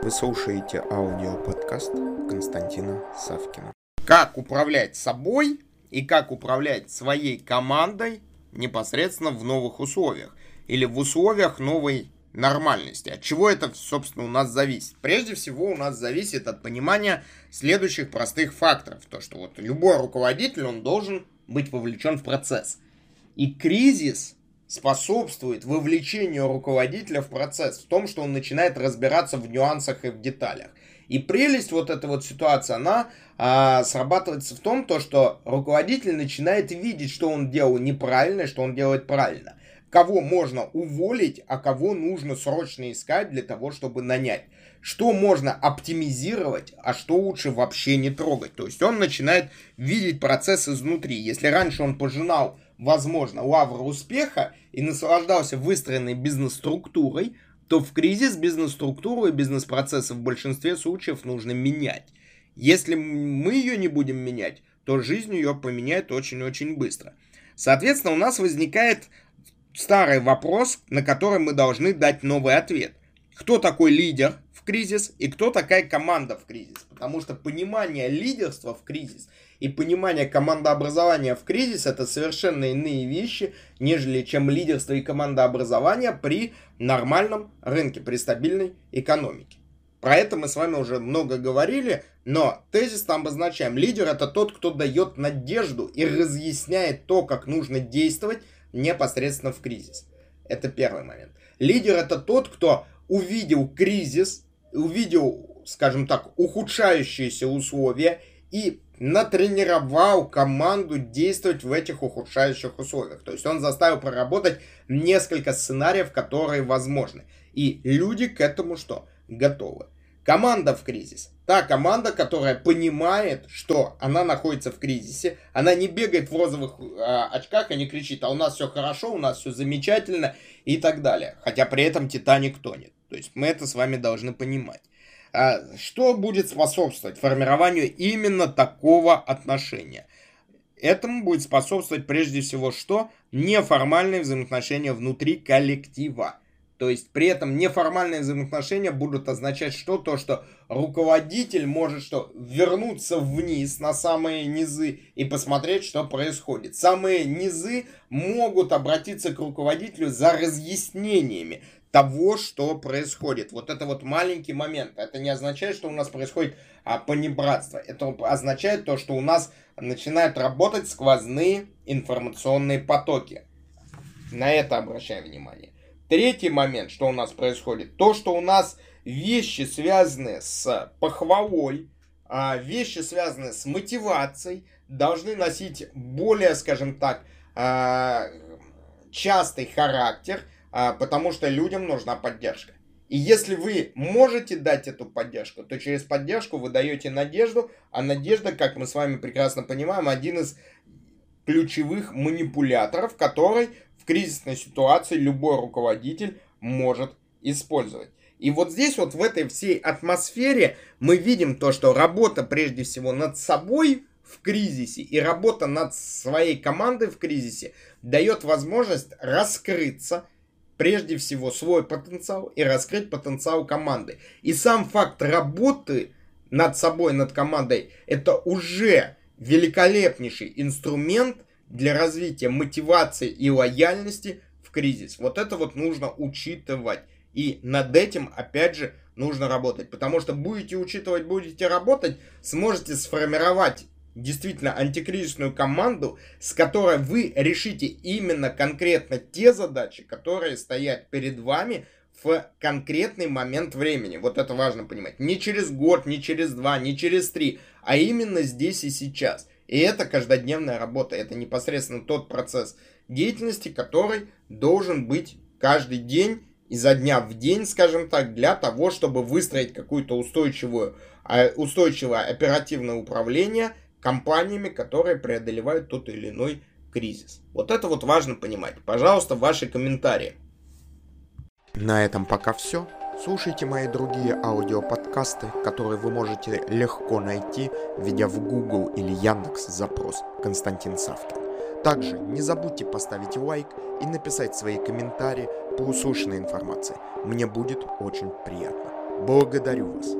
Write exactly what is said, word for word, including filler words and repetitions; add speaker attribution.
Speaker 1: Вы слушаете аудиоподкаст Константина Савкина. Как управлять собой и как управлять своей командой непосредственно в новых условиях или в условиях новой нормальности. От чего это, собственно, у нас зависит? Прежде всего, у нас зависит от понимания следующих простых факторов. То, что вот любой руководитель, он должен быть вовлечен в процесс. И кризис способствует вовлечению руководителя в процесс, в том, что он начинает разбираться в нюансах и в деталях. И прелесть вот этой вот ситуации, она а, срабатывается в том, то, что руководитель начинает видеть, что он делал неправильно, что он делает правильно. Кого можно уволить, а кого нужно срочно искать для того, чтобы нанять. Что можно оптимизировать, а что лучше вообще не трогать. То есть он начинает видеть процесс изнутри. Если раньше он пожинал, возможно, лавры успеха и наслаждался выстроенной бизнес-структурой, то в кризис бизнес-структуру и бизнес-процессы в большинстве случаев нужно менять. Если мы ее не будем менять, то жизнь ее поменяет очень-очень быстро. Соответственно, у нас возникает старый вопрос, на который мы должны дать новый ответ. Кто такой лидер в кризис и кто такая команда в кризис? Потому что понимание лидерства в кризис и понимание командообразования в кризис — это совершенно иные вещи, нежели чем лидерство и командообразование при нормальном рынке, при стабильной экономике. Про это мы с вами уже много говорили, но тезис обозначаем. Лидер — это тот, кто дает надежду и разъясняет то, как нужно действовать непосредственно в кризис. Это первый момент. Лидер — это тот, кто увидел кризис, увидел, скажем так, ухудшающиеся условия и натренировал команду действовать в этих ухудшающих условиях. То есть он заставил проработать несколько сценариев, которые возможны. И люди к этому что? Готовы. Команда в кризис. Та команда, которая понимает, что она находится в кризисе. Она не бегает в розовых э, очках и не кричит: а у нас все хорошо, у нас все замечательно и так далее. Хотя при этом Титаник тонет. То есть мы это с вами должны понимать. А что будет способствовать формированию именно такого отношения? Этому будет способствовать прежде всего что? Неформальные взаимоотношения внутри коллектива. То есть при этом неформальные взаимоотношения будут означать что? То, что руководитель может что? Вернуться вниз на самые низы и посмотреть, что происходит. Самые низы могут обратиться к руководителю за разъяснениями того, что происходит. Вот это вот маленький момент. Это не означает, что у нас происходит а, понебратство. Это означает то, что у нас начинают работать сквозные информационные потоки. На это обращаем внимание. Третий момент, что у нас происходит, то, что у нас вещи, связанные с похвалой, вещи, связанные с мотивацией, должны носить более, скажем так, частый характер, потому что людям нужна поддержка. И если вы можете дать эту поддержку, то через поддержку вы даете надежду, а надежда, как мы с вами прекрасно понимаем, один из ключевых манипуляторов, который в кризисной ситуации любой руководитель может использовать. И вот здесь вот в этой всей атмосфере мы видим то, что работа прежде всего над собой в кризисе и работа над своей командой в кризисе дает возможность раскрыться, прежде всего свой потенциал и раскрыть потенциал команды. И сам факт работы над собой, над командой, это уже великолепнейший инструмент для развития мотивации и лояльности в кризис. Вот это вот нужно учитывать. И над этим, опять же, нужно работать. Потому что будете учитывать, будете работать, сможете сформировать действительно антикризисную команду, с которой вы решите именно конкретно те задачи, которые стоят перед вами в конкретный момент времени. Вот это важно понимать. Не через год, не через два, не через три, а именно здесь и сейчас. И это каждодневная работа, это непосредственно тот процесс деятельности, который должен быть каждый день, изо дня в день, скажем так, для того, чтобы выстроить какое-то устойчивое, устойчивое оперативное управление компаниями, которые преодолевают тот или иной кризис. Вот это вот важно понимать. Пожалуйста, ваши комментарии.
Speaker 2: На этом пока все. Слушайте мои другие аудиоподкасты, которые вы можете легко найти, введя в Google или Яндекс запрос «Константин Савкин». Также не забудьте поставить лайк и написать свои комментарии по услышанной информации. Мне будет очень приятно. Благодарю вас.